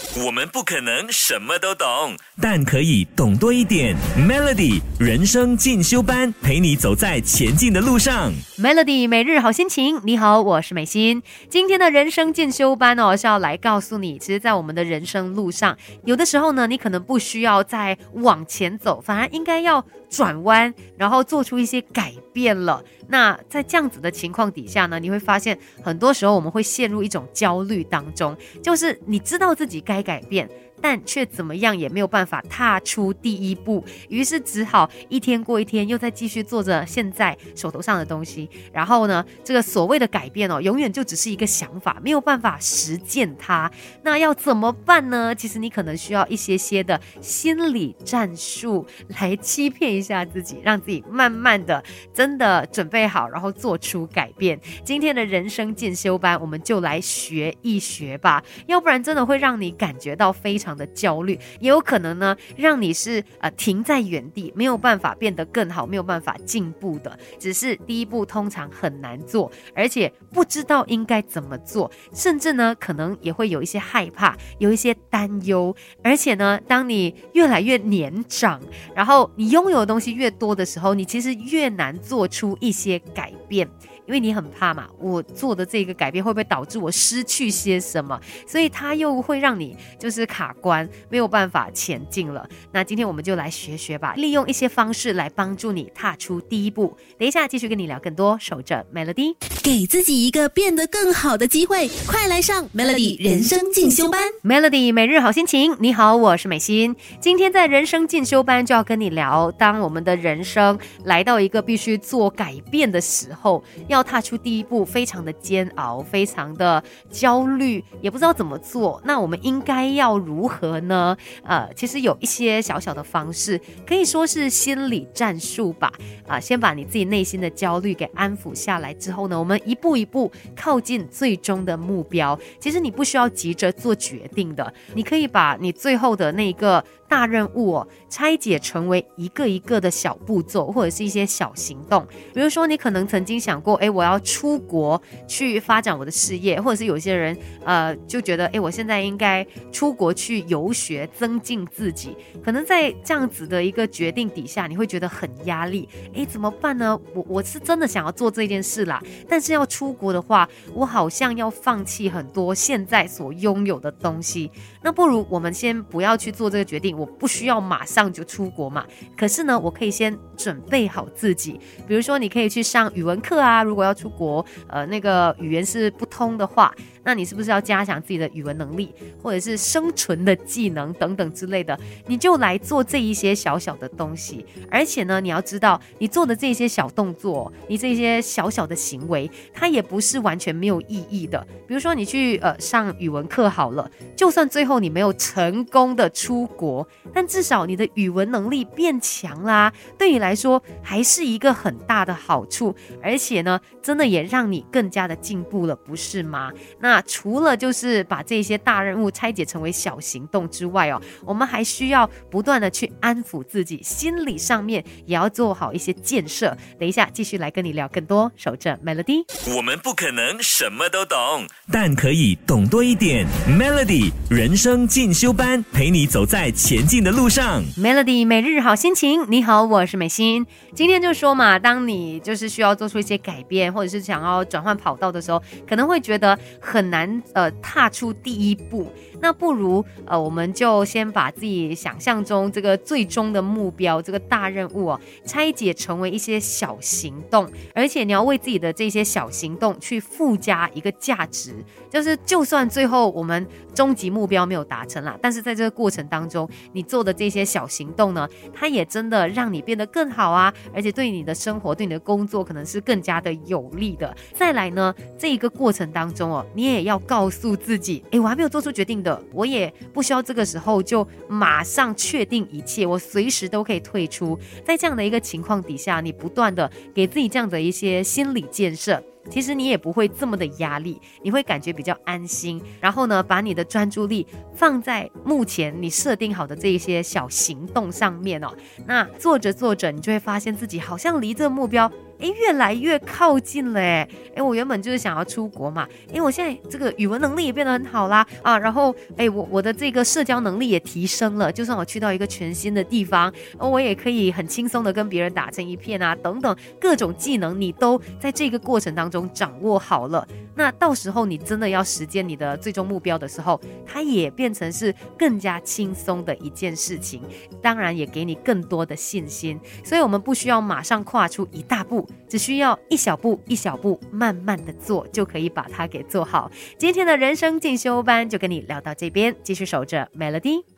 我们不可能什么都懂，但可以懂多一点。Melody 人生进修班，陪你走在前进的路上。 Melody 每日好心情，你好，我是美心。今天的人生进修班是要来告诉你，其实在我们的人生路上，有的时候呢，你可能不需要再往前走，反而应该要转弯，然后做出一些改变了。那在这样子的情况底下呢，你会发现很多时候我们会陷入一种焦虑当中，就是你知道自己该改变，但却怎么样也没有办法踏出第一步，于是只好一天过一天，又在继续做着现在手头上的东西。然后呢，这个所谓的改变永远就只是一个想法，没有办法实践它。那要怎么办呢？其实你可能需要一些的心理战术来欺骗一下自己，让自己慢慢的真的准备好，然后做出改变。今天的人生进修班，我们就来学一学吧，要不然真的会让你感觉到非常的焦虑，也有可能呢让你是停在原地，没有办法变得更好，没有办法进步的。只是第一步通常很难做，而且不知道应该怎么做，甚至呢可能也会有一些害怕，有一些担忧。而且呢，当你越来越年长，然后你拥有的东西越多的时候，你其实越难做出一些改变，因为你很怕嘛，我做的这个改变会不会导致我失去些什么，所以它又会让你就是卡关，没有办法前进了。那今天我们就来学吧，利用一些方式来帮助你踏出第一步。等一下继续跟你聊更多，守着 Melody， 给自己一个变得更好的机会，快来上 Melody 人生进修班。 Melody 每日好心情，你好，我是美心。今天在人生进修班就要跟你聊，当我们的人生来到一个必须做改变的时候，要踏出第一步非常的煎熬，非常的焦虑，也不知道怎么做。那我们应该要如何呢？其实有一些小小的方式，可以说是心理战术吧。先把你自己内心的焦虑给安抚下来之后呢，我们一步一步靠近最终的目标。其实你不需要急着做决定的，你可以把你最后的那个大任务拆解成为一个一个的小步骤，或者是一些小行动。比如说你可能曾经想过，我要出国去发展我的事业，或者是有些人就觉得我现在应该出国去游学，增进自己。可能在这样子的一个决定底下，你会觉得很压力，怎么办呢？我是真的想要做这件事啦，但是要出国的话，我好像要放弃很多现在所拥有的东西。那不如我们先不要去做这个决定，我不需要马上就出国嘛，可是呢，我可以先准备好自己。比如说你可以去上语文课啊，如果要出国那个语言是不通的话，那你是不是要加强自己的语文能力，或者是生存的技能等等之类的，你就来做这一些小小的东西。而且呢，你要知道你做的这些小动作，你这些小小的行为，它也不是完全没有意义的。比如说你去上语文课好了，就算最后你没有成功的出国，但至少你的语文能力变强啦，对你来说还是一个很大的好处。而且呢，真的也让你更加的进步了，不是吗？那除了就是把这些大任务拆解成为小行动之外我们还需要不断的去安抚自己，心理上面也要做好一些建设。等一下继续来跟你聊更多，守着 Melody。 我们不可能什么都懂，但可以懂多一点。 Melody 人生进修班，陪你走在前进的路上。 Melody 每日好心情，你好，我是美心。今天就说嘛，当你就是需要做出一些改变，或者是想要转换跑道的时候，可能会觉得很难踏出第一步。那不如我们就先把自己想象中这个最终的目标，这个大任务拆解成为一些小行动，而且你要为自己的这些小行动去附加一个价值，就是就算最后我们终极目标没有达成啦，但是在这个过程当中，你做的这些小行动呢，它也真的让你变得更好啊，而且对你的生活，对你的工作可能是更加的有利的。再来呢，这一个过程当中你也要告诉自己，我还没有做出决定的，我也不需要这个时候就马上确定一切，我随时都可以退出。在这样的一个情况底下，你不断的给自己这样的一些心理建设，其实你也不会这么的压力，你会感觉比较安心。然后呢，把你的专注力放在目前你设定好的这一些小行动上面那做着做着，你就会发现自己好像离这个目标越来越靠近了我原本就是想要出国嘛，我现在这个语文能力也变得很好啦然后我的这个社交能力也提升了，就算我去到一个全新的地方，我也可以很轻松的跟别人打成一片啊，等等各种技能你都在这个过程当中掌握好了。那到时候你真的要实现你的最终目标的时候，它也变成是更加轻松的一件事情，当然也给你更多的信心。所以我们不需要马上跨出一大步，只需要一小步一小步慢慢的做，就可以把它给做好。今天的人生进修班就跟你聊到这边，继续守着 Melody。